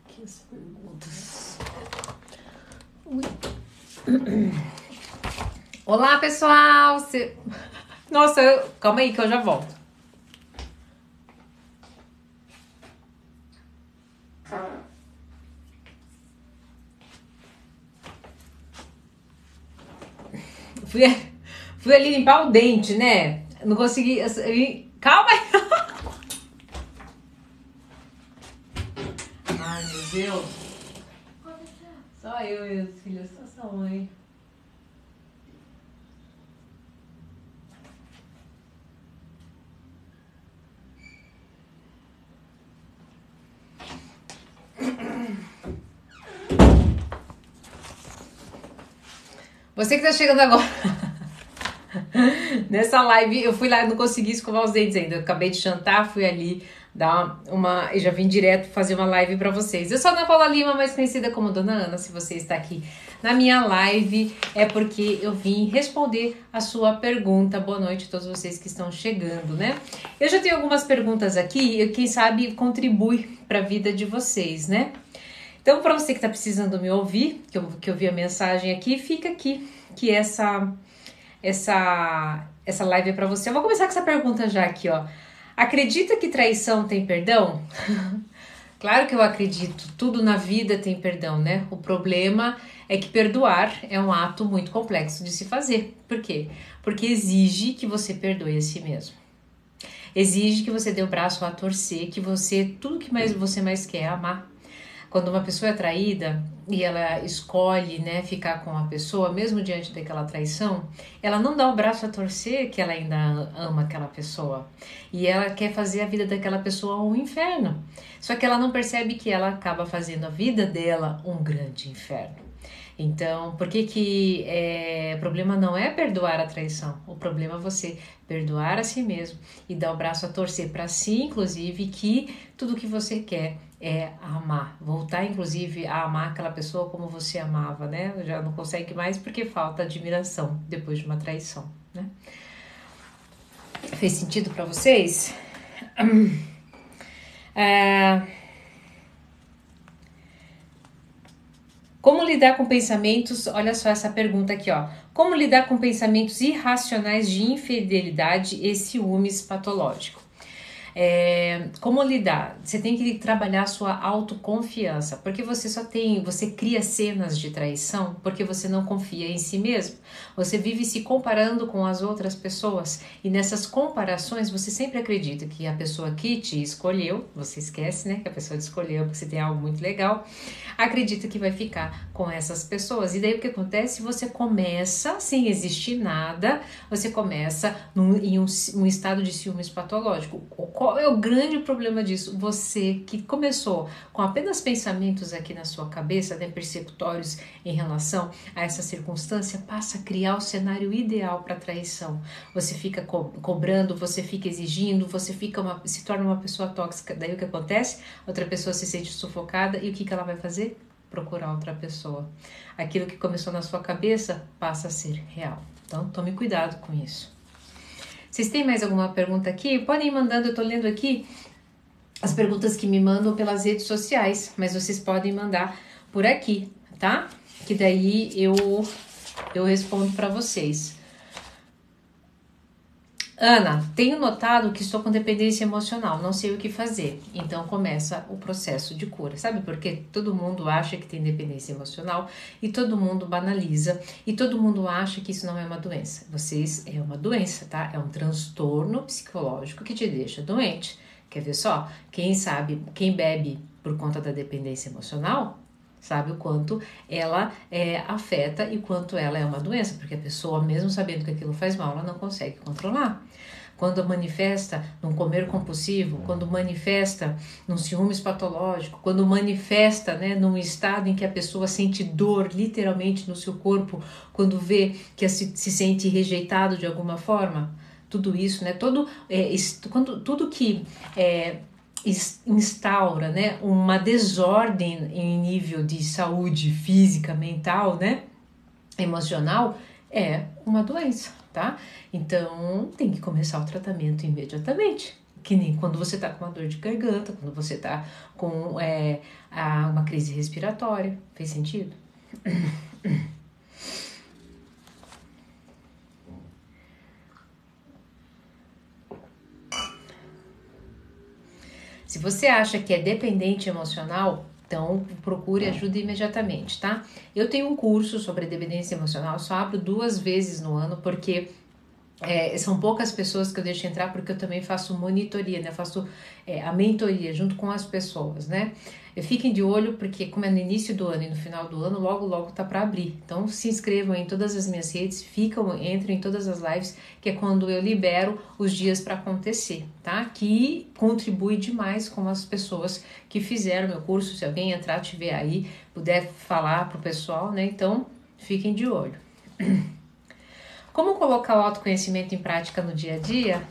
aqui as perguntas. Ui. Olá, pessoal! Nossa, calma aí que eu já volto. Fui ali limpar o dente, né? Não consegui. Calma aí! Ai, meu Deus! Só eu e os filhos, só sua mãe. Você que tá chegando agora. Nessa live, eu fui lá, não consegui escovar os dentes ainda. Eu acabei de jantar, fui ali dar uma. Eu já vim direto fazer uma live pra vocês. Eu sou a Ana Paula Lima, mais conhecida como Dona Ana. Se você está aqui na minha live, é porque eu vim responder a sua pergunta. Boa noite a todos vocês que estão chegando, né? Eu já tenho algumas perguntas aqui, e quem sabe contribui para a vida de vocês, né? Então, para você que está precisando me ouvir, que eu vi a mensagem aqui, fica aqui, que essa live é para você. Eu vou começar com essa pergunta já aqui, ó. Acredita que traição tem perdão? Claro que eu acredito, tudo na vida tem perdão, né? O problema é que perdoar é um ato muito complexo de se fazer. Por quê? Porque exige que você perdoe a si mesmo. Exige que você dê o braço a torcer, que tudo que você mais quer é amar. Quando uma pessoa é traída e ela escolhe, né, ficar com a pessoa, mesmo diante daquela traição, ela não dá o braço a torcer que ela ainda ama aquela pessoa. E ela quer fazer a vida daquela pessoa um inferno. Só que ela não percebe que ela acaba fazendo a vida dela um grande inferno. Então, por que o problema não é perdoar a traição? O problema é você perdoar a si mesmo e dar o braço a torcer para si, inclusive, que tudo que você quer é amar. Voltar, inclusive, a amar aquela pessoa como você amava, né? Já não consegue mais porque falta admiração depois de uma traição, né? Fez sentido para vocês? Como lidar com pensamentos, olha só essa pergunta aqui, ó. Como lidar com pensamentos irracionais de infidelidade e ciúmes patológico? Como lidar? Você tem que trabalhar a sua autoconfiança, porque você cria cenas de traição porque você não confia em si mesmo. Você vive se comparando com as outras pessoas e nessas comparações você sempre acredita que a pessoa que te escolheu, você esquece, né, que a pessoa te escolheu porque você tem algo muito legal, acredita que vai ficar com essas pessoas. E daí o que acontece? Você começa, sem existir nada, você começa em um estado de ciúmes patológico. Qual é o grande problema disso? Você que começou com apenas pensamentos aqui na sua cabeça, né, perceptórios em relação a essa circunstância, passa a criar o cenário ideal para traição. Você fica cobrando, você fica exigindo, você se torna uma pessoa tóxica. Daí o que acontece? Outra pessoa se sente sufocada e o que ela vai fazer? Procurar outra pessoa. Aquilo que começou na sua cabeça passa a ser real. Então, tome cuidado com isso. Vocês têm mais alguma pergunta aqui? Podem ir mandando, eu tô lendo aqui as perguntas que me mandam pelas redes sociais, mas vocês podem mandar por aqui, tá? Que daí eu respondo para vocês. Ana, tenho notado que estou com dependência emocional, não sei o que fazer. Então começa o processo de cura. Sabe por quê? Todo mundo acha que tem dependência emocional e todo mundo banaliza e todo mundo acha que isso não é uma doença. É uma doença, tá? É um transtorno psicológico que te deixa doente. Quer ver só? Quem bebe por conta da dependência emocional, sabe o quanto ela afeta e quanto ela é uma doença, porque a pessoa, mesmo sabendo que aquilo faz mal, ela não consegue controlar. Quando manifesta num comer compulsivo, quando manifesta num ciúmes patológico, quando manifesta, né, num estado em que a pessoa sente dor literalmente no seu corpo, quando vê que se sente rejeitado de alguma forma, tudo isso, né, tudo que instaura, né, uma desordem em nível de saúde física, mental, né, emocional, é uma doença, tá? Então tem que começar o tratamento imediatamente. Que nem quando você tá com uma dor de garganta, quando você tá com uma crise respiratória. Fez sentido? Se você acha que é dependente emocional, então procure ajuda imediatamente, tá? Eu tenho um curso sobre dependência emocional, só abro 2 vezes no ano, porque são poucas pessoas que eu deixo entrar, porque eu também faço monitoria, né? Eu faço a mentoria junto com as pessoas, né? Fiquem de olho, porque como é no início do ano e no final do ano, logo, logo tá para abrir. Então se inscrevam em todas as minhas redes, entrem em todas as lives, que é quando eu libero os dias para acontecer, tá? Que contribui demais com as pessoas que fizeram meu curso. Se alguém entrar, tiver aí, puder falar pro pessoal, né? Então fiquem de olho. Como colocar o autoconhecimento em prática no dia a dia?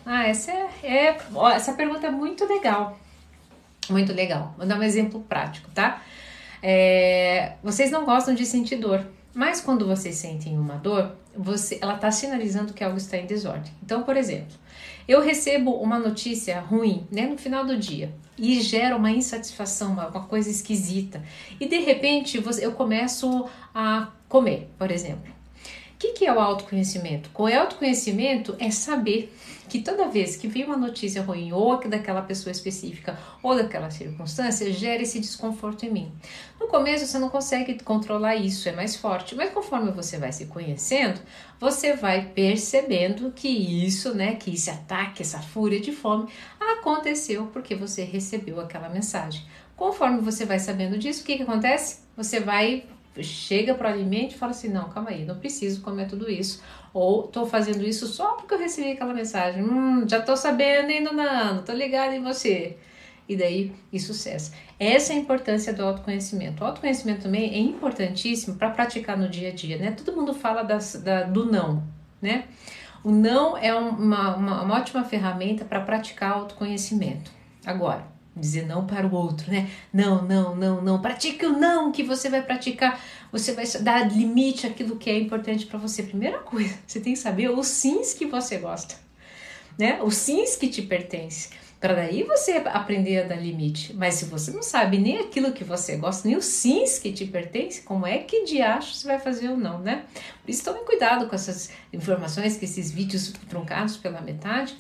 Essa pergunta é muito legal. Muito legal. Vou dar um exemplo prático, tá? Vocês não gostam de sentir dor, mas quando vocês sentem uma dor, ela está sinalizando que algo está em desordem. Então, por exemplo, eu recebo uma notícia ruim, né, no final do dia e gera uma insatisfação, uma coisa esquisita. E de repente eu começo a comer, por exemplo. O que é o autoconhecimento? O autoconhecimento é saber que toda vez que vem uma notícia ruim, ou daquela pessoa específica, ou daquela circunstância, gera esse desconforto em mim. No começo você não consegue controlar isso, é mais forte, mas conforme você vai se conhecendo, você vai percebendo que isso, né, que esse ataque, essa fúria de fome, aconteceu porque você recebeu aquela mensagem. Conforme você vai sabendo disso, o que acontece? Você chega pro alimento e fala assim, não, calma aí, não preciso comer tudo isso, ou tô fazendo isso só porque eu recebi aquela mensagem, já tô sabendo, hein, dona Ana, tô ligada em você, e daí isso cessa. Essa é a importância do autoconhecimento. O autoconhecimento também é importantíssimo para praticar no dia a dia, né? Todo mundo fala do não, né? O não é uma ótima ferramenta para praticar autoconhecimento. Agora, dizer não para o outro, né? Não, não, não, não. Pratique o não que você vai praticar. Você vai dar limite àquilo que é importante para você. Primeira coisa, você tem que saber os sims que você gosta, né? Os sims que te pertencem. Para daí você aprender a dar limite. Mas se você não sabe nem aquilo que você gosta, nem os sims que te pertencem, como é que de acho você vai fazer ou não, né? Por isso tome cuidado com essas informações, com esses vídeos truncados pela metade.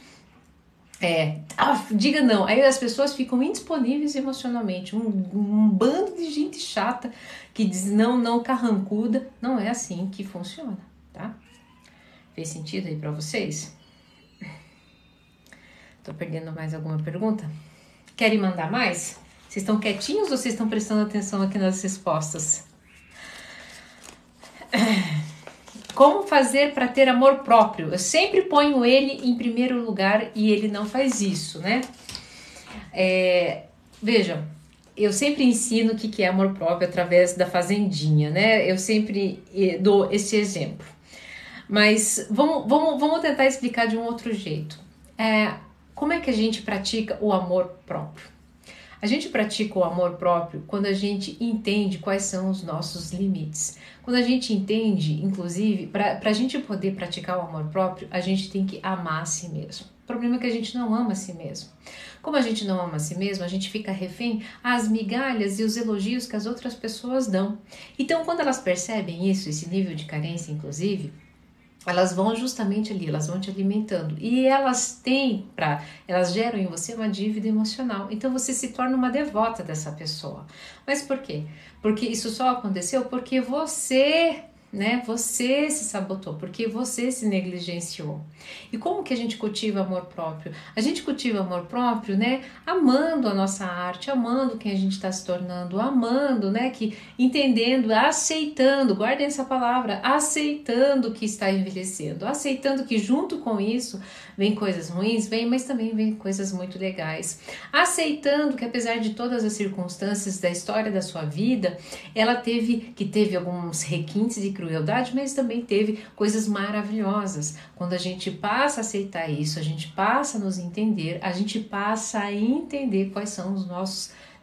Diga não, aí as pessoas ficam indisponíveis emocionalmente, um bando de gente chata que diz não, carrancuda. Não é assim que funciona, tá? Fez sentido aí pra vocês? Tô perdendo mais alguma pergunta? Querem mandar mais? Vocês estão quietinhos ou vocês estão prestando atenção aqui nas respostas? Como fazer para ter amor próprio? Eu sempre ponho ele em primeiro lugar e ele não faz isso, né? Vejam, eu sempre ensino o que é amor próprio através da fazendinha, né? Eu sempre dou esse exemplo. Mas vamos tentar explicar de um outro jeito. Como é que a gente pratica o amor próprio? A gente pratica o amor próprio quando a gente entende quais são os nossos limites. Quando a gente entende, inclusive, para a gente poder praticar o amor próprio, a gente tem que amar a si mesmo. O problema é que a gente não ama a si mesmo. Como a gente não ama a si mesmo, a gente fica refém às migalhas e os elogios que as outras pessoas dão. Então, quando elas percebem isso, esse nível de carência, inclusive, elas vão justamente ali, elas vão te alimentando e elas geram em você uma dívida emocional, então você se torna uma devota dessa pessoa. Mas por quê? Porque isso só aconteceu porque você se sabotou, porque você se negligenciou. E como que a gente cultiva amor próprio? A gente cultiva amor próprio, né, amando a nossa arte, amando quem a gente está se tornando, amando, né, entendendo, aceitando, guardem essa palavra, aceitando que está envelhecendo, aceitando que junto com isso vem coisas ruins, mas também vem coisas muito legais, aceitando que apesar de todas as circunstâncias da história da sua vida, ela teve alguns requintes de crueldade, mas também teve coisas maravilhosas. Quando a gente passa a aceitar isso, a gente passa a nos entender, a gente passa a entender quais são os nossos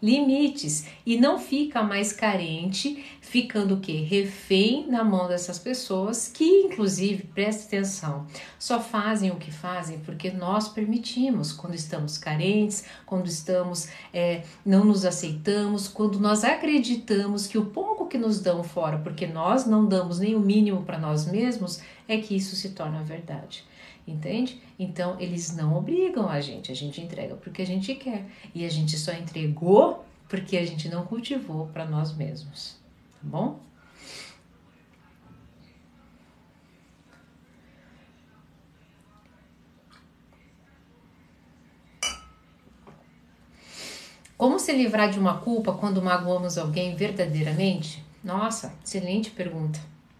limites e não fica mais carente, ficando o quê? Refém na mão dessas pessoas que, inclusive, presta atenção, só fazem o que fazem porque nós permitimos, quando estamos carentes, quando estamos, não nos aceitamos, quando nós acreditamos que o pouco que nos dão fora, porque nós não damos nem o mínimo para nós mesmos, é que isso se torna verdade. Entende? Então, eles não obrigam a gente entrega porque a gente quer. E a gente só entregou porque a gente não cultivou para nós mesmos. Tá bom? Como se livrar de uma culpa quando magoamos alguém verdadeiramente? Nossa, excelente pergunta.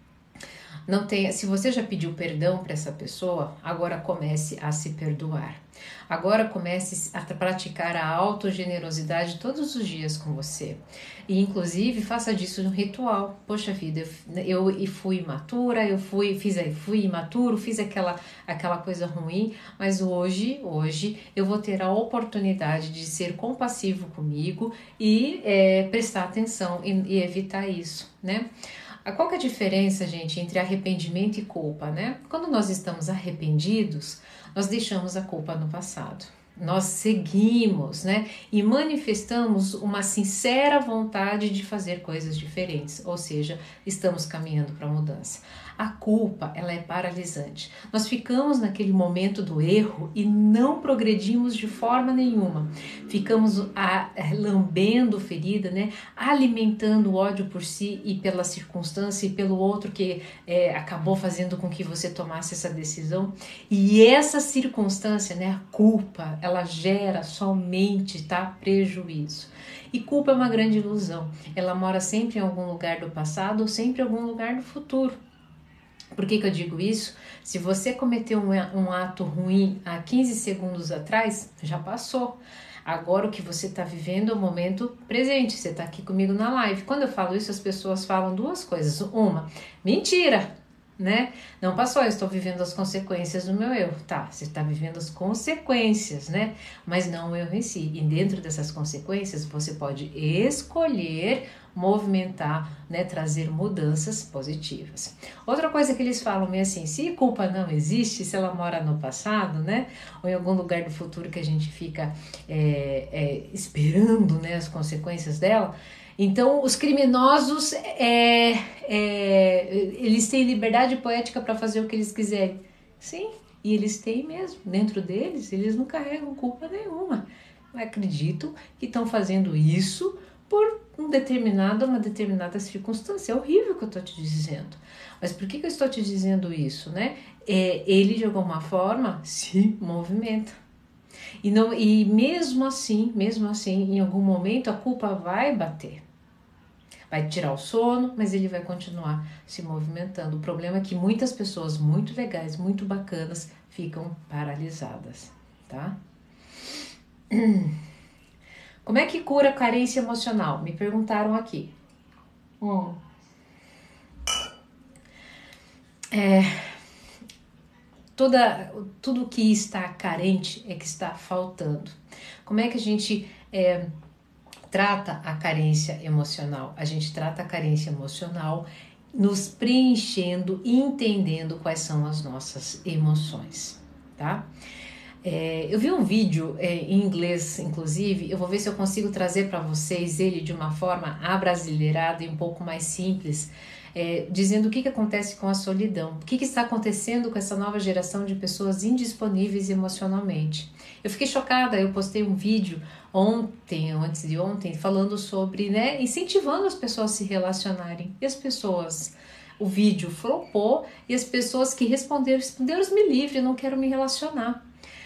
Não tenha, se você já pediu perdão para essa pessoa, agora comece a se perdoar. Agora comece a praticar a autogenerosidade todos os dias com você. E inclusive faça disso um ritual. Poxa vida, eu fui imatura, fui imaturo, fiz aquela coisa ruim, mas hoje eu vou ter a oportunidade de ser compassivo comigo e prestar atenção e evitar isso, né? Qual que é a diferença, gente, entre arrependimento e culpa, né? Quando nós estamos arrependidos, nós deixamos a culpa no passado. Nós seguimos, né? E manifestamos uma sincera vontade de fazer coisas diferentes, ou seja, estamos caminhando para a mudança. A culpa, ela é paralisante. Nós ficamos naquele momento do erro e não progredimos de forma nenhuma. Ficamos lambendo ferida, né? Alimentando o ódio por si e pela circunstância e pelo outro que acabou fazendo com que você tomasse essa decisão. E essa circunstância, né? A culpa, ela gera somente, tá? Prejuízo. E culpa é uma grande ilusão. Ela mora sempre em algum lugar do passado ou sempre em algum lugar do futuro. Por que eu digo isso? Se você cometeu um ato ruim há 15 segundos atrás, já passou. Agora o que você está vivendo é o momento presente, você está aqui comigo na live. Quando eu falo isso, as pessoas falam duas coisas. Uma, mentira, né? Não passou, eu estou vivendo as consequências do meu erro. Tá, você está vivendo as consequências, né? Mas não o erro em si. E dentro dessas consequências, você pode escolher movimentar, né, trazer mudanças positivas. Outra coisa que eles falam é assim, se culpa não existe, se ela mora no passado, né, ou em algum lugar do futuro que a gente fica esperando, né, as consequências dela, então os criminosos eles têm liberdade poética para fazer o que eles quiserem. Sim, e eles têm mesmo, dentro deles, eles não carregam culpa nenhuma. Eu acredito que estão fazendo isso por uma determinada circunstância. É horrível o que eu estou te dizendo. Mas por que eu estou te dizendo isso, né? Ele, de alguma forma, se movimenta. E mesmo assim, em algum momento, a culpa vai bater. Vai tirar o sono, mas ele vai continuar se movimentando. O problema é que muitas pessoas muito legais, muito bacanas, ficam paralisadas, tá? Como é que cura a carência emocional? Me perguntaram aqui. Tudo que está carente é que está faltando. Como é que a gente trata a carência emocional? A gente trata a carência emocional nos preenchendo e entendendo quais são as nossas emoções, tá? Eu vi um vídeo em inglês, inclusive, eu vou ver se eu consigo trazer para vocês ele de uma forma abrasileirada e um pouco mais simples, dizendo o que acontece com a solidão, o que está acontecendo com essa nova geração de pessoas indisponíveis emocionalmente. Eu fiquei chocada, eu postei um vídeo ontem, ou antes de ontem, falando sobre, né, incentivando as pessoas a se relacionarem, e as pessoas... O vídeo flopou e as pessoas que responderam, Deus me livre, eu não quero me relacionar.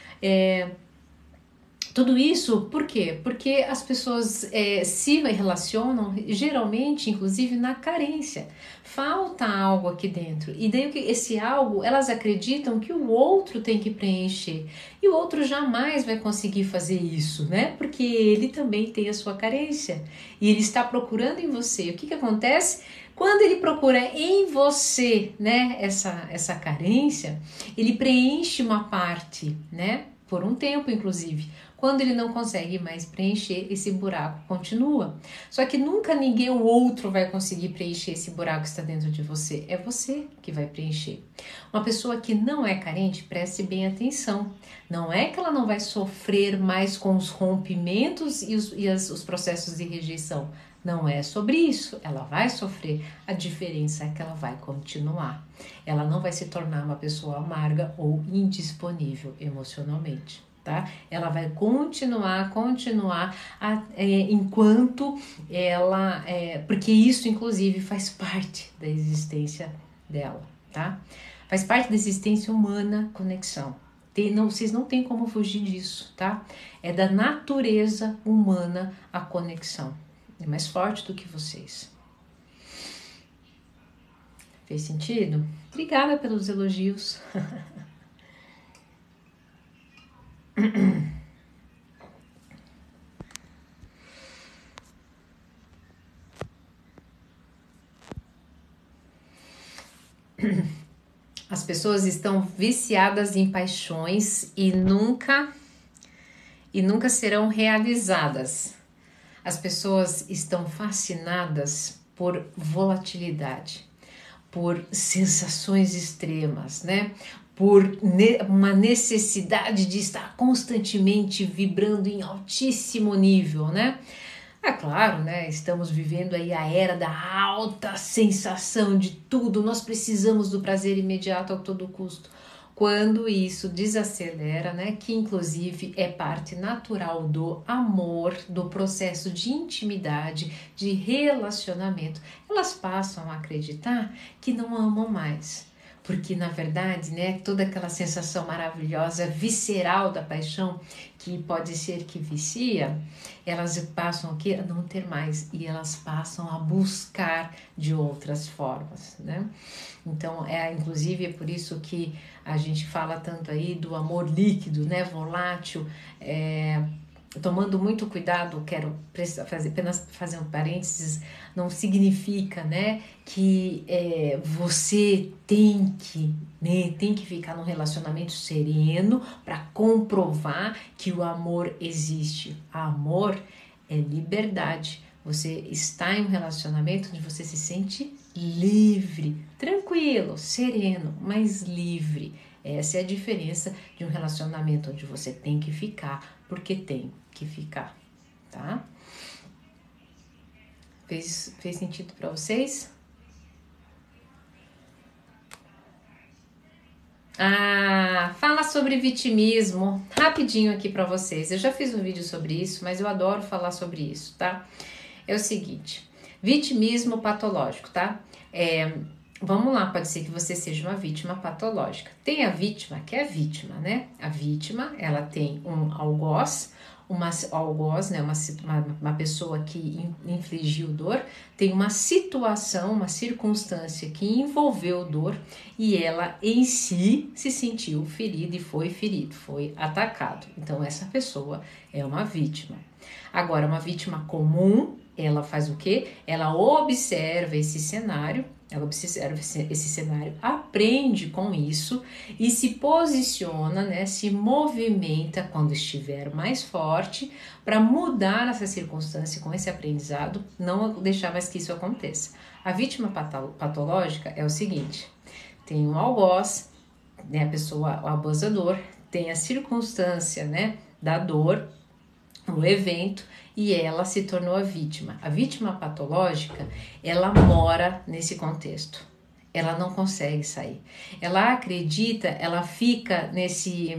Tudo isso, por quê? Porque as pessoas se relacionam geralmente, inclusive, na carência. Falta algo aqui dentro. E daí esse algo, elas acreditam que o outro tem que preencher. E o outro jamais vai conseguir fazer isso, né? Porque ele também tem a sua carência. E ele está procurando em você. O que acontece? Quando ele procura em você, né, essa carência, ele preenche uma parte, né? por um tempo, inclusive. Quando ele não consegue mais preencher, esse buraco continua. Só que nunca ninguém ou outro vai conseguir preencher esse buraco que está dentro de você. É você que vai preencher. Uma pessoa que não é carente, preste bem atenção. Não é que ela não vai sofrer mais com os rompimentos e os processos de rejeição. Não é sobre isso. Ela vai sofrer. A diferença é que ela vai continuar. Ela não vai se tornar uma pessoa amarga ou indisponível emocionalmente. Tá? Ela vai continuar enquanto ela, porque isso inclusive faz parte da existência dela, tá? Faz parte da existência humana, conexão. Vocês não têm como fugir disso, tá? É da natureza humana a conexão. É mais forte do que vocês. Fez sentido? Obrigada pelos elogios. As pessoas estão viciadas em paixões e nunca serão realizadas. As pessoas estão fascinadas por volatilidade, por sensações extremas, né? Por uma necessidade de estar constantemente vibrando em altíssimo nível, né? É claro, né? Estamos vivendo aí a era da alta sensação de tudo. Nós precisamos do prazer imediato a todo custo. Quando isso desacelera, né? Que inclusive é parte natural do amor, do processo de intimidade, de relacionamento, elas passam a acreditar que não amam mais. Porque na verdade, né, toda aquela sensação maravilhosa, visceral da paixão, que pode ser que vicia, elas passam aqui a não ter mais e elas passam a buscar de outras formas, né? Então, inclusive é por isso que a gente fala tanto aí do amor líquido, né, volátil, tomando muito cuidado, quero apenas fazer um parênteses, não significa, né, que você tem que ficar num relacionamento sereno para comprovar que o amor existe. Amor é liberdade. Você está em um relacionamento onde você se sente livre, tranquilo, sereno, mas livre. Essa é a diferença de um relacionamento onde você tem que ficar porque tem que ficar, tá? Fez sentido para vocês? Fala sobre vitimismo, rapidinho aqui para vocês. Eu já fiz um vídeo sobre isso, mas eu adoro falar sobre isso, tá? É o seguinte, vitimismo patológico, tá? Vamos lá, pode ser que você seja uma vítima patológica. Tem a vítima, que é a vítima, né? A vítima, ela tem um algoz, né? Uma pessoa que infligiu dor, tem uma situação, uma circunstância que envolveu dor e ela em si se sentiu ferida e foi ferido, foi atacado. Então essa pessoa é uma vítima. Agora, uma vítima comum, ela faz o quê? Ela observa esse cenário, aprende com isso e se posiciona, né, se movimenta quando estiver mais forte para mudar essa circunstância com esse aprendizado, não deixar mais que isso aconteça. A vítima patológica é o seguinte, tem um algoz, né, a pessoa, o abusador, tem a circunstância, né, da dor, o evento, e ela se tornou a vítima. A vítima patológica, ela mora nesse contexto. Ela não consegue sair. Ela acredita, ela fica nesse...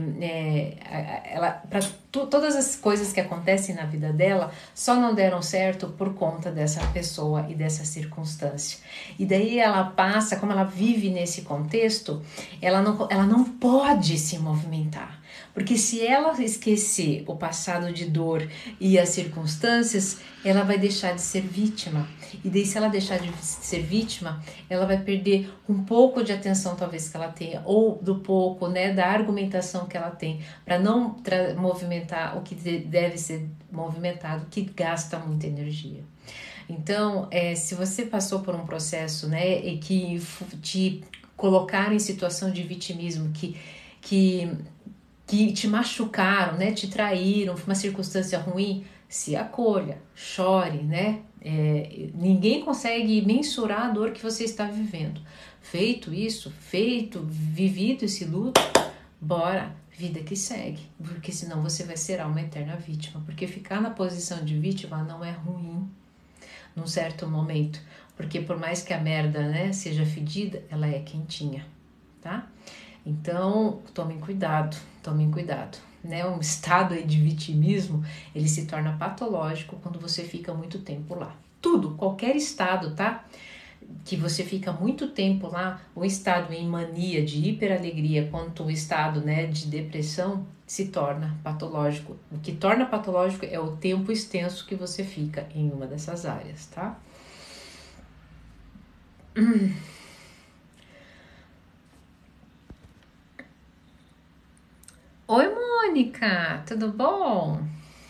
todas as coisas que acontecem na vida dela só não deram certo por conta dessa pessoa e dessa circunstância. E daí ela passa, como ela vive nesse contexto, ela não pode se movimentar. Porque se ela esquecer o passado de dor e as circunstâncias, ela vai deixar de ser vítima. E daí, se ela deixar de ser vítima, ela vai perder um pouco de atenção, talvez, que ela tenha, ou do pouco, né, da argumentação que ela tem, para não movimentar o que deve ser movimentado, que gasta muita energia. Então, se você passou por um processo, né, e que te colocaram em situação de vitimismo, que que te machucaram, né? Te traíram, foi uma circunstância ruim, se acolha, chore, né? Ninguém consegue mensurar a dor que você está vivendo. Feito isso, vivido esse luto, bora, vida que segue, porque senão você vai ser uma eterna vítima, porque ficar na posição de vítima não é ruim num certo momento, porque por mais que a merda, né, seja fedida, ela é quentinha, tá? Então, tomem cuidado, né? Um estado aí de vitimismo, ele se torna patológico quando você fica muito tempo lá. Tudo, qualquer estado, tá? Que você fica muito tempo lá, o estado em mania de hiperalegria, quanto o estado, né, de depressão, se torna patológico. O que torna patológico é o tempo extenso que você fica em uma dessas áreas, tá? Oi, Mônica, tudo bom?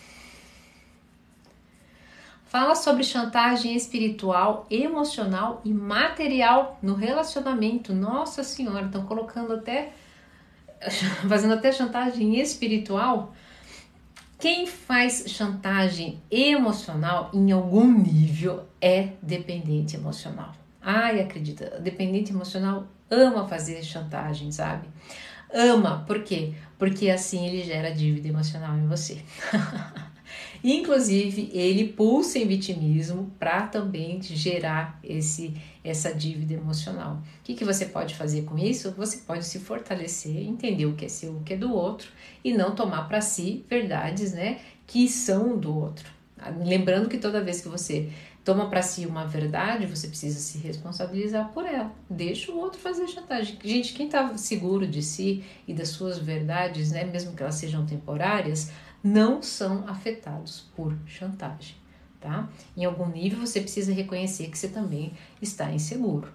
Fala sobre chantagem espiritual, emocional e material no relacionamento. Nossa Senhora, estão colocando até, fazendo até chantagem espiritual. Quem faz chantagem emocional em algum nível é dependente emocional. Ai, acredita, dependente emocional ama fazer chantagem, sabe? Ama, por quê? Porque assim ele gera dívida emocional em você. Inclusive, ele pulsa em vitimismo para também gerar essa dívida emocional. O que você pode fazer com isso? Você pode se fortalecer, entender o que é seu, o que é do outro e não tomar para si verdades, né, que são do outro. Lembrando que toda vez que você toma para si uma verdade, você precisa se responsabilizar por ela. Deixa o outro fazer chantagem. Gente, quem está seguro de si e das suas verdades, né, mesmo que elas sejam temporárias, não são afetados por chantagem, tá? Em algum nível você precisa reconhecer que você também está inseguro.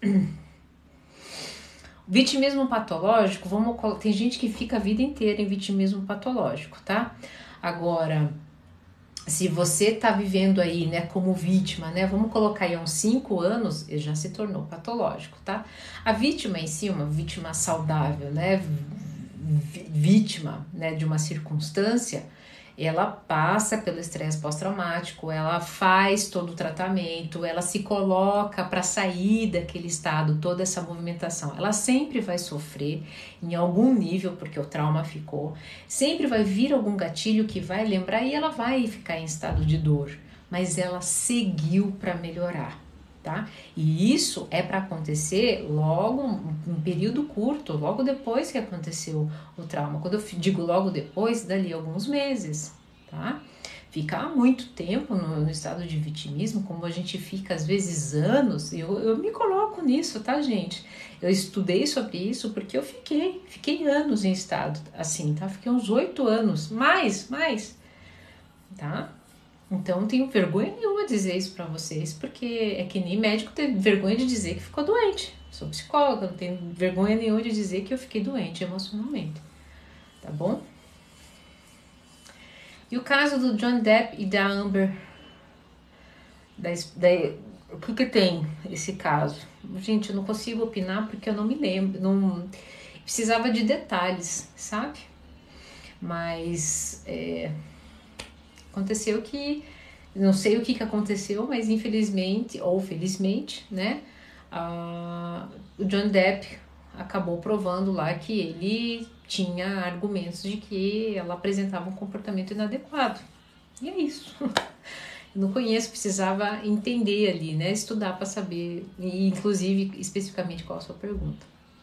Vitimismo patológico, tem gente que fica a vida inteira em vitimismo patológico, tá? Agora, se você tá vivendo aí, né, como vítima, né, vamos colocar aí há uns 5 anos, já se tornou patológico, tá? A vítima em si, uma vítima saudável, né, vítima, né, de uma circunstância, ela passa pelo estresse pós-traumático, ela faz todo o tratamento, ela se coloca para sair daquele estado, toda essa movimentação. Ela sempre vai sofrer em algum nível, porque o trauma ficou, sempre vai vir algum gatilho que vai lembrar e ela vai ficar em estado de dor, mas ela seguiu para melhorar. Tá? E isso é para acontecer logo, um período curto, logo depois que aconteceu o trauma. Quando eu digo logo depois, dali alguns meses, tá? Ficar muito tempo no estado de vitimismo, como a gente fica às vezes anos, eu me coloco nisso, tá, gente? Eu estudei sobre isso porque eu fiquei anos em estado assim, tá? Fiquei uns 8 anos, mais, tá? Então, não tenho vergonha nenhuma de dizer isso pra vocês, porque é que nem médico ter vergonha de dizer que ficou doente. Sou psicóloga, não tenho vergonha nenhuma de dizer que eu fiquei doente emocionalmente, tá bom? E o caso do Johnny Depp e da Amber, o que tem esse caso? Gente, eu não consigo opinar porque eu não me lembro, não precisava de detalhes, sabe? Mas aconteceu que, não sei o que aconteceu, mas infelizmente, ou felizmente, né, o Johnny Depp acabou provando lá que ele tinha argumentos de que ela apresentava um comportamento inadequado. E é isso. Eu não conheço, precisava entender ali, né, estudar para saber, e inclusive especificamente qual a sua pergunta.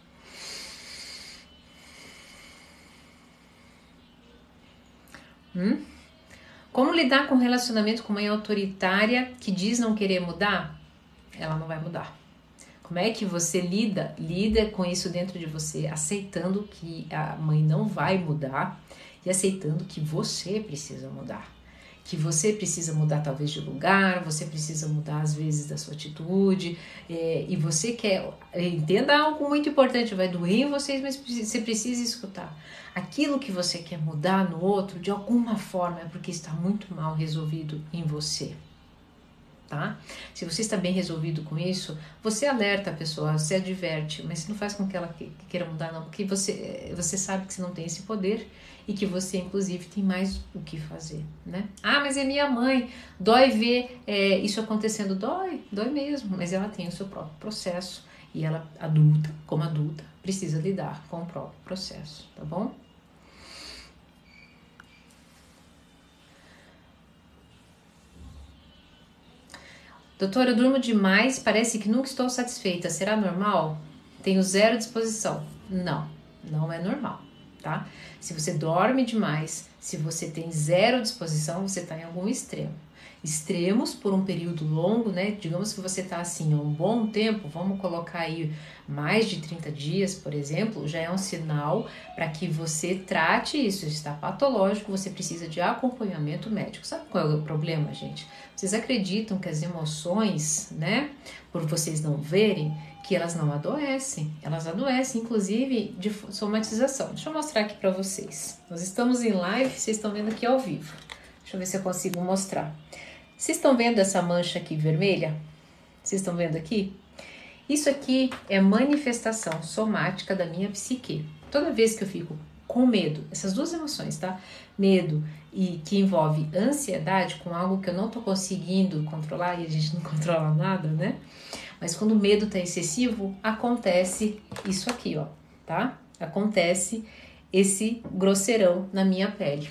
Como lidar com um relacionamento com mãe autoritária que diz não querer mudar? Ela não vai mudar. Como é que você lida com isso dentro de você, aceitando que a mãe não vai mudar e aceitando que você precisa mudar. Que você precisa mudar talvez de lugar, você precisa mudar às vezes da sua atitude, e você quer, entenda algo muito importante, vai doer em vocês, mas você precisa escutar. Aquilo que você quer mudar no outro, de alguma forma, é porque está muito mal resolvido em você. tá? Se você está bem resolvido com isso, você alerta a pessoa, você adverte, mas você não faz com que ela queira mudar, não, porque você sabe que você não tem esse poder e que você, inclusive, tem mais o que fazer, né? Ah, mas é minha mãe, dói ver isso acontecendo, dói mesmo, mas ela tem o seu próprio processo e ela, adulta, como adulta, precisa lidar com o próprio processo, tá bom? Doutora, eu durmo demais, parece que nunca estou satisfeita. Será normal? Tenho zero disposição. Não, não é normal, tá? Se você dorme demais, se você tem zero disposição, você está em algum extremo. Extremos por um período longo, né? Digamos que você está assim há um bom tempo, vamos colocar aí mais de 30 dias, por exemplo, já é um sinal para que você trate isso. Está patológico, você precisa de acompanhamento médico. Sabe qual é o problema, gente? Vocês acreditam que as emoções, né, por vocês não verem, que elas não adoecem. Elas adoecem, inclusive, de somatização. Deixa eu mostrar aqui para vocês. Nós estamos em live, vocês estão vendo aqui ao vivo. Deixa eu ver se eu consigo mostrar. Vocês estão vendo essa mancha aqui vermelha? Vocês estão vendo aqui? Isso aqui é manifestação somática da minha psique. Toda vez que eu fico com medo, essas duas emoções, tá? Medo e que envolve ansiedade com algo que eu não tô conseguindo controlar, e a gente não controla nada, né? Mas quando o medo tá excessivo, acontece isso aqui, ó, tá? Acontece esse grosseirão na minha pele.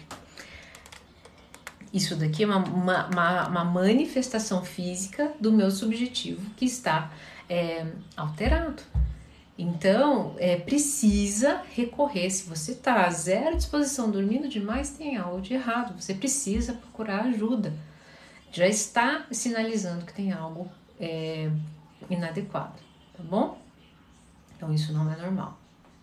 Isso daqui é uma manifestação física do meu subjetivo que está alterado. Então, precisa recorrer. Se você está a zero disposição, dormindo demais, tem algo de errado. Você precisa procurar ajuda. Já está sinalizando que tem algo inadequado, tá bom? Então, isso não é normal.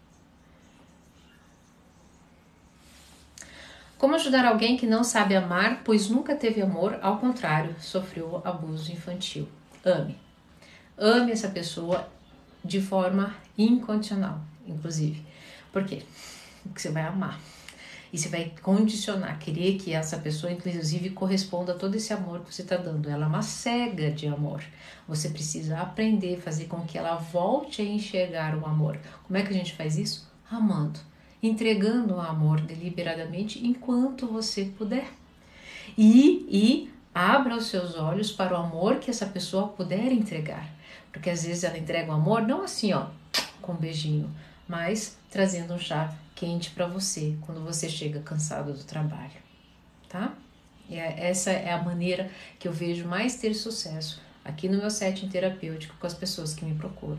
Como ajudar alguém que não sabe amar, pois nunca teve amor, ao contrário, sofreu abuso infantil? Ame. Ame essa pessoa de forma incondicional, inclusive. Por quê? Porque você vai amar. E você vai condicionar, querer que essa pessoa, inclusive, corresponda a todo esse amor que você está dando. Ela é uma cega de amor. Você precisa aprender, fazer com que ela volte a enxergar o amor. Como é que a gente faz isso? Amando. Entregando o amor deliberadamente enquanto você puder. E abra os seus olhos para o amor que essa pessoa puder entregar. Porque às vezes ela entrega o amor, não assim, ó, com um beijinho, mas trazendo um chá quente para você quando você chega cansado do trabalho, tá? E essa é a maneira que eu vejo mais ter sucesso aqui no meu setting terapêutico com as pessoas que me procuram.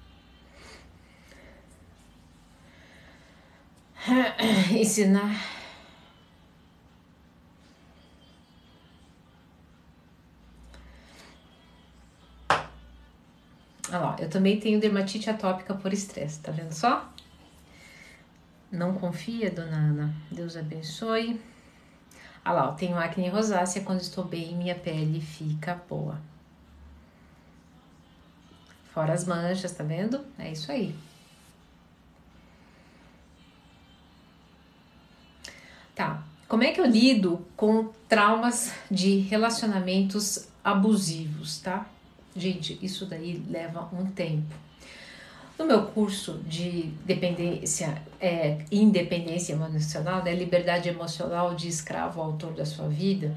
Ensinar. Olha lá, eu também tenho dermatite atópica por estresse, tá vendo só? Não confia, dona Ana. Deus abençoe. Olha lá, eu tenho acne rosácea, quando estou bem, minha pele fica boa. Fora as manchas, tá vendo? É isso aí. Tá, como é que eu lido com traumas de relacionamentos abusivos, tá? Gente, isso daí leva um tempo. No meu curso de independência emocional, né, liberdade emocional de escravo autor da sua vida,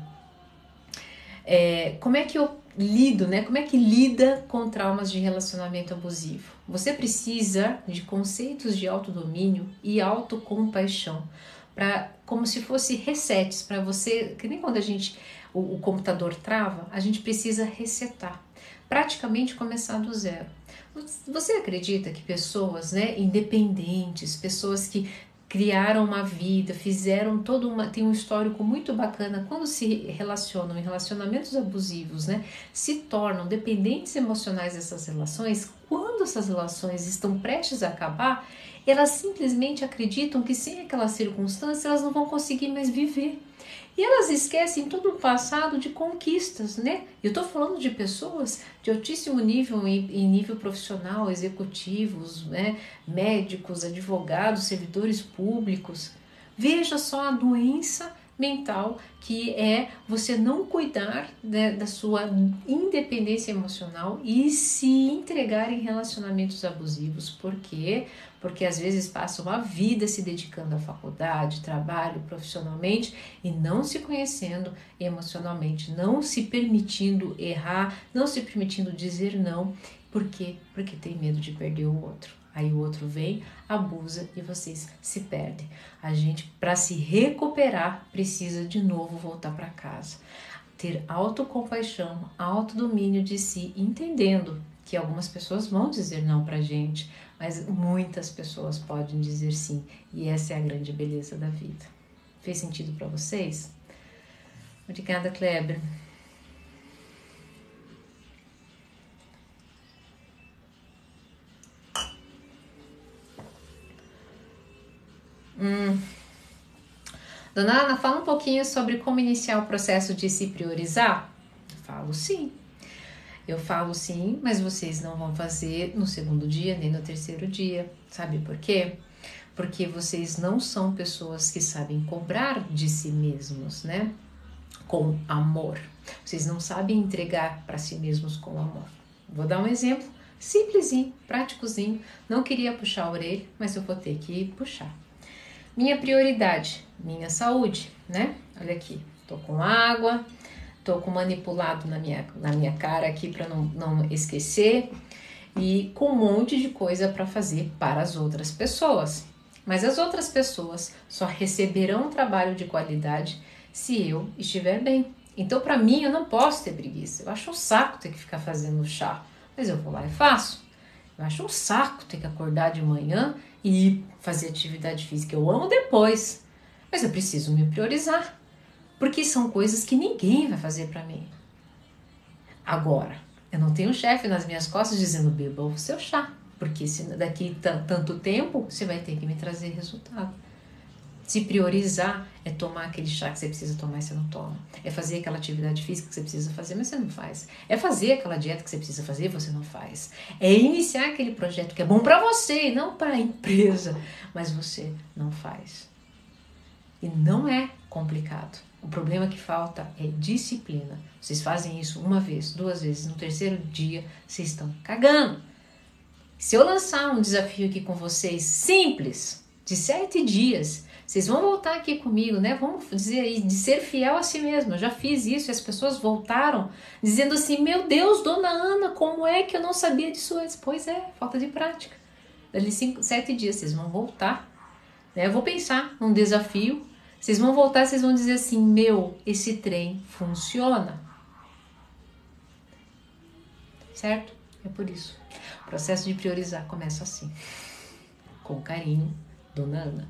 como é que eu lido, né? Como é que lida com traumas de relacionamento abusivo? Você precisa de conceitos de autodomínio e autocompaixão, como se fosse resets para você, que nem quando o computador trava, a gente precisa resetar, praticamente começar do zero. Você acredita que pessoas, né, independentes, pessoas que criaram uma vida, fizeram tem um histórico muito bacana, quando se relacionam em relacionamentos abusivos, né, se tornam dependentes emocionais dessas relações, quando essas relações estão prestes a acabar, elas simplesmente acreditam que sem aquela circunstância elas não vão conseguir mais viver. E elas esquecem todo o passado de conquistas, né? Eu estou falando de pessoas de altíssimo nível em nível profissional, executivos, né? Médicos, advogados, servidores públicos. Veja só a doença mental, que é você não cuidar da sua independência emocional e se entregar em relacionamentos abusivos. Por quê? Porque às vezes passam a vida se dedicando à faculdade, trabalho, profissionalmente e não se conhecendo emocionalmente, não se permitindo errar, não se permitindo dizer não. Por quê? Porque tem medo de perder o outro. Aí o outro vem, abusa e vocês se perdem. A gente, para se recuperar, precisa de novo voltar para casa. Ter autocompaixão, autodomínio de si, entendendo que algumas pessoas vão dizer não pra gente, mas muitas pessoas podem dizer sim. E essa é a grande beleza da vida. Fez sentido para vocês? Obrigada, Kleber. Dona Ana, fala um pouquinho sobre como iniciar o processo de se priorizar. Eu falo sim, mas vocês não vão fazer no segundo dia, nem no terceiro dia. Sabe por quê? Porque vocês não são pessoas que sabem cobrar de si mesmos, né? Com amor. Vocês não sabem entregar para si mesmos com amor. Vou dar um exemplo simplesinho, práticozinho. Não queria puxar a orelha, mas eu vou ter que puxar. Minha prioridade, minha saúde, né? Olha aqui, tô com água, tô com manipulado na minha cara aqui para não esquecer e com um monte de coisa para fazer para as outras pessoas. Mas as outras pessoas só receberão um trabalho de qualidade se eu estiver bem. Então, para mim, eu não posso ter preguiça. Eu acho um saco ter que ficar fazendo chá, mas eu vou lá e faço. Eu acho um saco ter que acordar de manhã e fazer atividade física. Eu amo depois, mas eu preciso me priorizar, porque são coisas que ninguém vai fazer para mim. Agora, eu não tenho chefe nas minhas costas dizendo beba o seu chá, porque se daqui tanto tempo você vai ter que me trazer resultado. Se priorizar é tomar aquele chá que você precisa tomar e você não toma. É fazer aquela atividade física que você precisa fazer, mas você não faz. É fazer aquela dieta que você precisa fazer e você não faz. É iniciar aquele projeto que é bom para você e não para a empresa, mas você não faz. E não é complicado. O problema que falta é disciplina. Vocês fazem isso uma vez, duas vezes, no terceiro dia vocês estão cagando. Se eu lançar um desafio aqui com vocês, simples, de 7 dias, vocês vão voltar aqui comigo, né? Vamos dizer aí, de ser fiel a si mesmo. Eu já fiz isso e as pessoas voltaram dizendo assim, meu Deus, Dona Ana, como é que eu não sabia disso antes? Pois é, falta de prática. Dali 7 dias vocês vão voltar, né? Eu vou pensar num desafio, vocês vão voltar, vocês vão dizer assim, meu, esse trem funciona. Certo? É por isso. O processo de priorizar começa assim, com carinho, Dona Ana.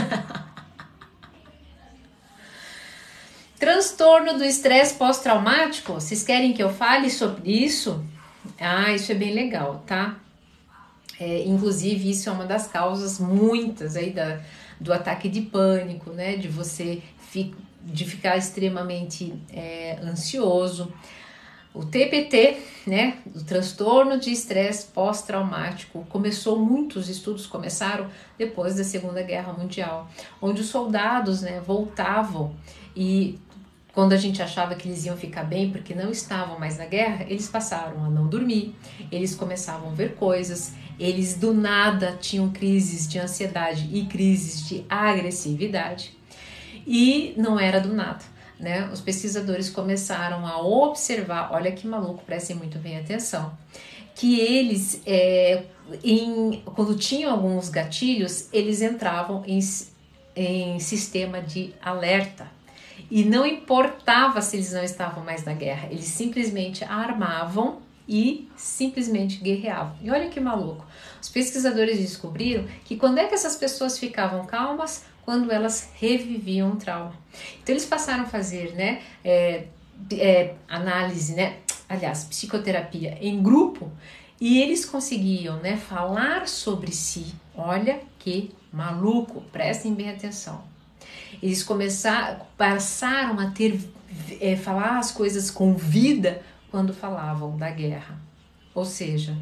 Transtorno do estresse pós-traumático. Vocês querem que eu fale sobre isso? Isso é bem legal, tá? Inclusive, isso é uma das causas muitas aí do ataque de pânico, né? De você de ficar extremamente ansioso. O TPT, né, o transtorno de estresse pós-traumático, muitos estudos começaram depois da Segunda Guerra Mundial, onde os soldados, né, voltavam e quando a gente achava que eles iam ficar bem porque não estavam mais na guerra, eles passaram a não dormir, eles começavam a ver coisas, eles do nada tinham crises de ansiedade e crises de agressividade e não era do nada. Né, os pesquisadores começaram a observar, olha que maluco, prestem muito bem atenção, que eles, quando tinham alguns gatilhos, eles entravam em sistema de alerta. E não importava se eles não estavam mais na guerra, eles simplesmente armavam e simplesmente guerreavam. E olha que maluco, os pesquisadores descobriram que quando é que essas pessoas ficavam calmas? Quando elas reviviam o trauma. Então eles passaram a fazer, né, análise, né, aliás, psicoterapia em grupo e eles conseguiam, né, falar sobre si. Olha que maluco, prestem bem atenção. Eles passaram a falar as coisas com vida quando falavam da guerra. Ou seja,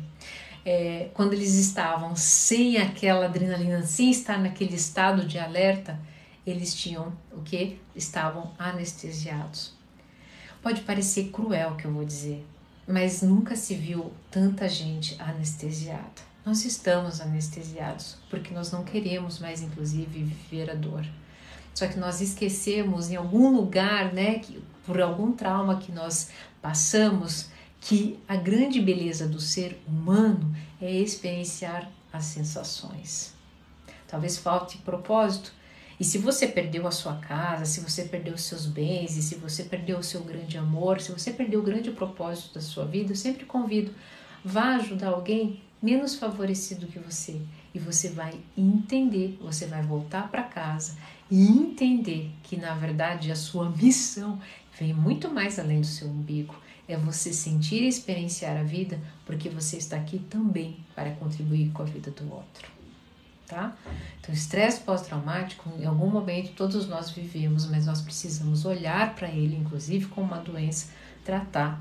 quando eles estavam sem aquela adrenalina, sem estar naquele estado de alerta, Eles tinham o quê? Estavam anestesiados. Pode parecer cruel o que eu vou dizer, mas nunca se viu tanta gente anestesiada. Nós estamos anestesiados porque nós não queremos mais, inclusive, viver a dor. Só que nós esquecemos em algum lugar, né, que, por algum trauma que nós passamos, que a grande beleza do ser humano é experienciar as sensações. Talvez falte propósito. E se você perdeu a sua casa, se você perdeu os seus bens, e se você perdeu o seu grande amor, se você perdeu o grande propósito da sua vida, eu sempre convido, vá ajudar alguém menos favorecido que você. E você vai entender, você vai voltar para casa e entender que, na verdade, a sua missão vem muito mais além do seu umbigo. É você sentir e experienciar a vida, porque você está aqui também para contribuir com a vida do outro. Tá? Então, estresse pós-traumático, em algum momento todos nós vivemos, mas nós precisamos olhar para ele, inclusive como uma doença, tratar.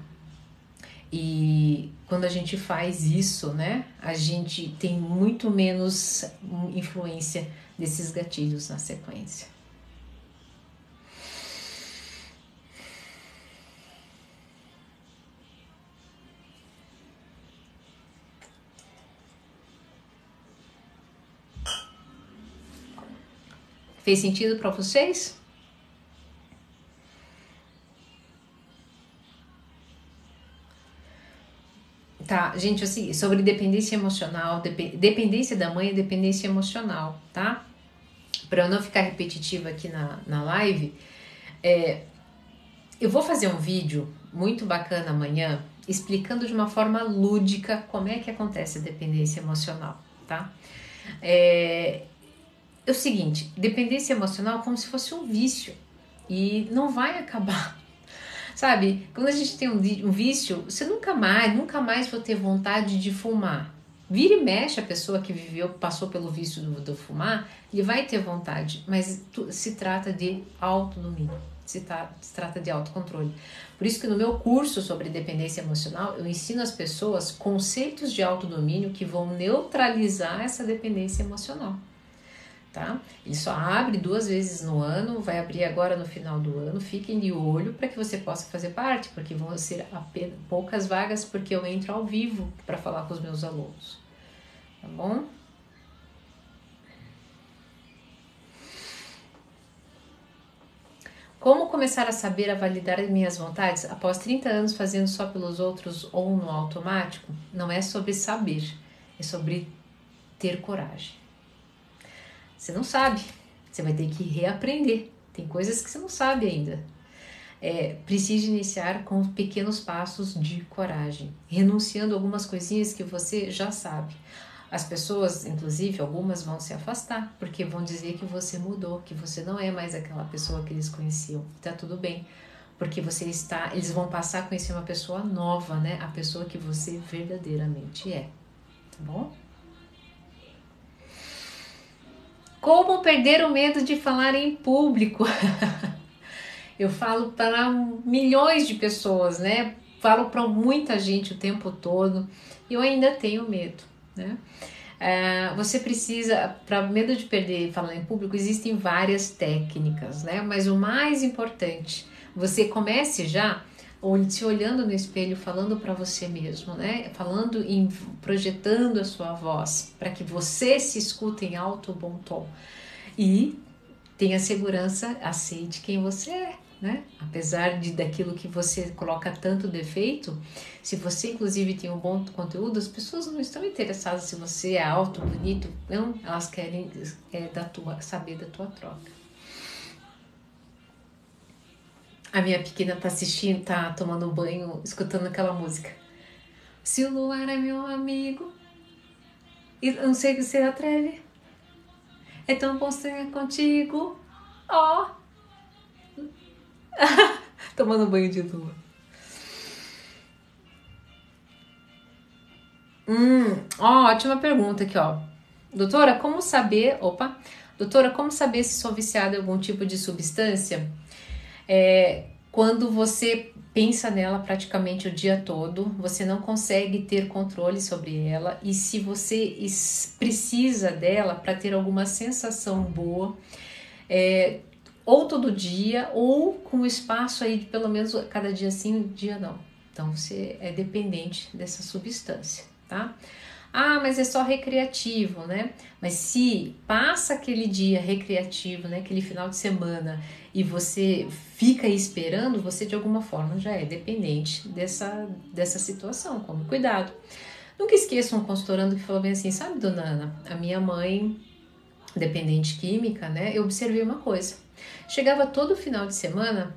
E quando a gente faz isso, né, a gente tem muito menos influência desses gatilhos na sequência. Fez sentido para vocês? Tá, gente, assim, sobre dependência emocional, dependência da mãe é dependência emocional, tá? Para eu não ficar repetitiva aqui na live, eu vou fazer um vídeo muito bacana amanhã, explicando de uma forma lúdica como é que acontece a dependência emocional, tá? É o seguinte, dependência emocional é como se fosse um vício e não vai acabar. Sabe, quando a gente tem um vício, você nunca mais vai ter vontade de fumar. Vira e mexe a pessoa que passou pelo vício do fumar, ele vai ter vontade, mas se trata de autodomínio, se trata de autocontrole. Por isso que no meu curso sobre dependência emocional, eu ensino as pessoas conceitos de autodomínio que vão neutralizar essa dependência emocional. Tá? Ele só abre 2 vezes no ano, vai abrir agora no final do ano, fiquem de olho para que você possa fazer parte, porque vão ser apenas poucas vagas, porque eu entro ao vivo para falar com os meus alunos, tá bom? Como começar a saber a validar as minhas vontades após 30 anos fazendo só pelos outros ou no automático? Não é sobre saber, é sobre ter coragem. Você não sabe, você vai ter que reaprender. Tem coisas que você não sabe ainda. Precisa iniciar com pequenos passos de coragem, renunciando a algumas coisinhas que você já sabe. As pessoas, inclusive, algumas vão se afastar, porque vão dizer que você mudou, que você não é mais aquela pessoa que eles conheciam. Tá tudo bem, porque eles vão passar a conhecer uma pessoa nova, né? A pessoa que você verdadeiramente é, tá bom? Como perder o medo de falar em público? Eu falo para milhões de pessoas, né? Falo para muita gente o tempo todo e eu ainda tenho medo, né? Você precisa, para medo de perder falar em público, existem várias técnicas, né? Mas o mais importante, você comece já se olhando no espelho, falando para você mesmo, né? Projetando a sua voz, para que você se escute em alto bom tom e tenha segurança, aceite quem você é, né? Apesar daquilo que você coloca tanto defeito, se você inclusive tem um bom conteúdo, as pessoas não estão interessadas se você é alto, bonito, não, elas querem saber da tua troca. A minha pequena tá assistindo, tá tomando banho, escutando aquela música. Se o luar é meu amigo, e não sei que você atreve, é tão bom ser contigo, ó. Tomando banho de lua. Ótima pergunta aqui, ó. Doutora, como saber se sou viciada em algum tipo de substância? Quando você pensa nela praticamente o dia todo, você não consegue ter controle sobre ela, e se você precisa dela para ter alguma sensação boa, ou todo dia, ou com espaço aí de pelo menos cada dia sim, dia não. Então você é dependente dessa substância, tá? Ah, mas é só recreativo, né? Mas se passa aquele dia recreativo, né? Aquele final de semana e você fica aí esperando, você de alguma forma já é dependente dessa situação. Tome cuidado. Nunca esqueça um consultorando que falou bem assim, sabe, dona Ana, a minha mãe, dependente química, né? Eu observei uma coisa. Chegava todo final de semana,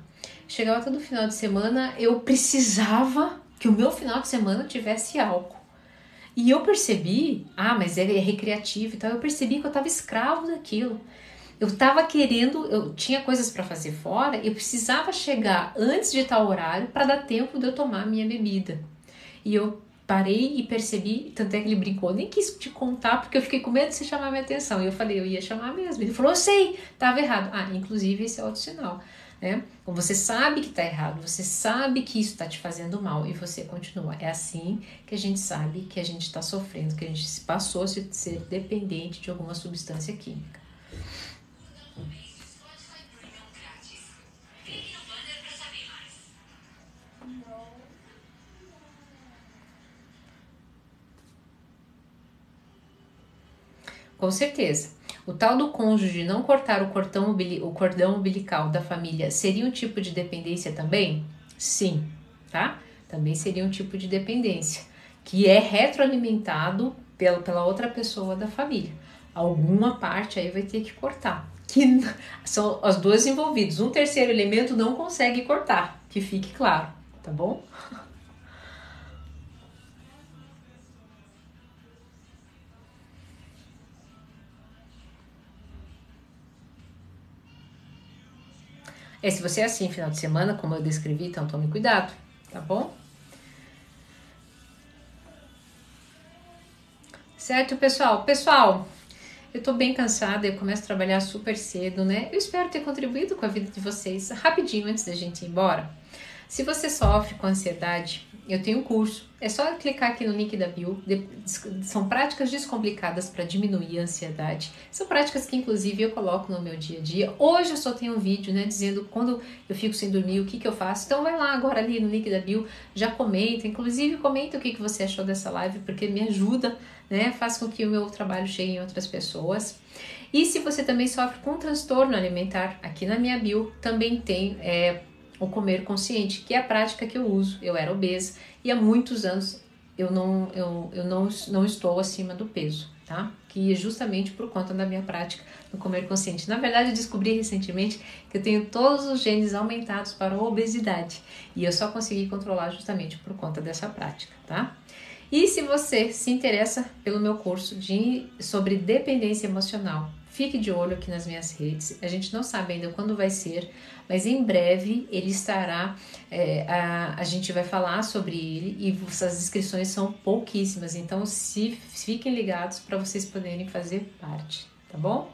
eu precisava que o meu final de semana tivesse álcool. E eu percebi, mas ele é recreativo e tal, eu percebi que eu estava escravo daquilo. Eu estava querendo, eu tinha coisas para fazer fora, eu precisava chegar antes de tal horário para dar tempo de eu tomar a minha bebida. E eu parei e percebi, tanto é que ele brincou, nem quis te contar porque eu fiquei com medo de você chamar minha atenção. E eu falei, eu ia chamar mesmo. Ele falou, eu sei, estava errado. Inclusive esse é outro sinal. Né? Então você sabe que está errado, você sabe que isso está te fazendo mal e você continua. É assim que a gente sabe que a gente está sofrendo, que a gente passou a ser dependente de alguma substância química. Com certeza. O tal do cônjuge não cortar o cordão umbilical da família seria um tipo de dependência também? Sim, tá? Também seria um tipo de dependência, que é retroalimentado pela outra pessoa da família. Alguma parte aí vai ter que cortar. Que são os dois envolvidos. Um terceiro elemento não consegue cortar, que fique claro, tá bom? Se você é assim, final de semana, como eu descrevi, então tome cuidado, tá bom? Certo, pessoal? Pessoal, eu tô bem cansada, eu começo a trabalhar super cedo, né? Eu espero ter contribuído com a vida de vocês. Rapidinho, antes da gente ir embora. Se você sofre com ansiedade, eu tenho um curso. É só clicar aqui no link da bio. São práticas descomplicadas para diminuir a ansiedade. São práticas que, inclusive, eu coloco no meu dia a dia. Hoje eu só tenho um vídeo, né, dizendo quando eu fico sem dormir, o que eu faço. Então vai lá agora ali no link da bio, já comenta. Inclusive, comenta o que você achou dessa live, porque me ajuda, né? Faz com que o meu trabalho chegue em outras pessoas. E se você também sofre com transtorno alimentar, aqui na minha bio também tem o comer consciente, que é a prática que eu uso. Eu era obesa e há muitos anos eu não estou acima do peso, tá? Que é justamente por conta da minha prática do comer consciente. Na verdade, eu descobri recentemente que eu tenho todos os genes aumentados para a obesidade e eu só consegui controlar justamente por conta dessa prática, tá? E se você se interessa pelo meu curso sobre dependência emocional, fique de olho aqui nas minhas redes. A gente não sabe ainda quando vai ser, mas em breve ele estará, a gente vai falar sobre ele e essas inscrições são pouquíssimas, então fiquem ligados para vocês poderem fazer parte, tá bom?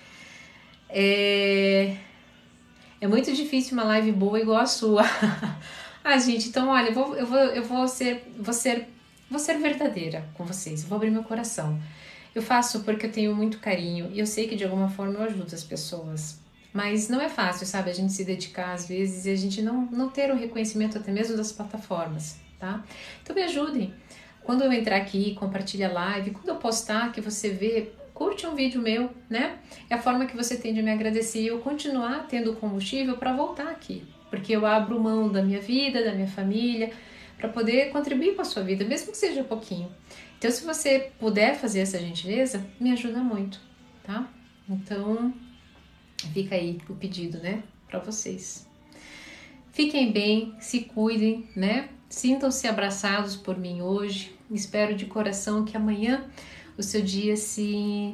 É muito difícil uma live boa igual a sua. Gente, então olha, eu vou ser verdadeira com vocês, eu vou abrir meu coração. Eu faço porque eu tenho muito carinho e eu sei que de alguma forma eu ajudo as pessoas. Mas não é fácil, sabe? A gente se dedicar às vezes e a gente não ter o reconhecimento até mesmo das plataformas, tá? Então me ajudem. Quando eu entrar aqui, compartilha a live, quando eu postar, que você vê, curte um vídeo meu, né? É a forma que você tem de me agradecer e eu continuar tendo combustível para voltar aqui. Porque eu abro mão da minha vida, da minha família, para poder contribuir com a sua vida, mesmo que seja pouquinho. Então, se você puder fazer essa gentileza, me ajuda muito, tá? Então, fica aí o pedido, né, para vocês. Fiquem bem, se cuidem, né? Sintam-se abraçados por mim hoje. Espero de coração que amanhã o seu dia se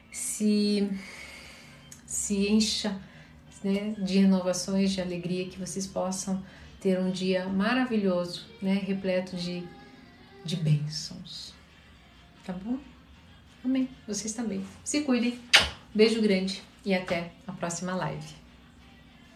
encha, né, de renovações, de alegria, que vocês possam ter um dia maravilhoso, né, repleto de bênçãos. Tá bom? Amém. Vocês também. Se cuidem. Beijo grande e até a próxima live.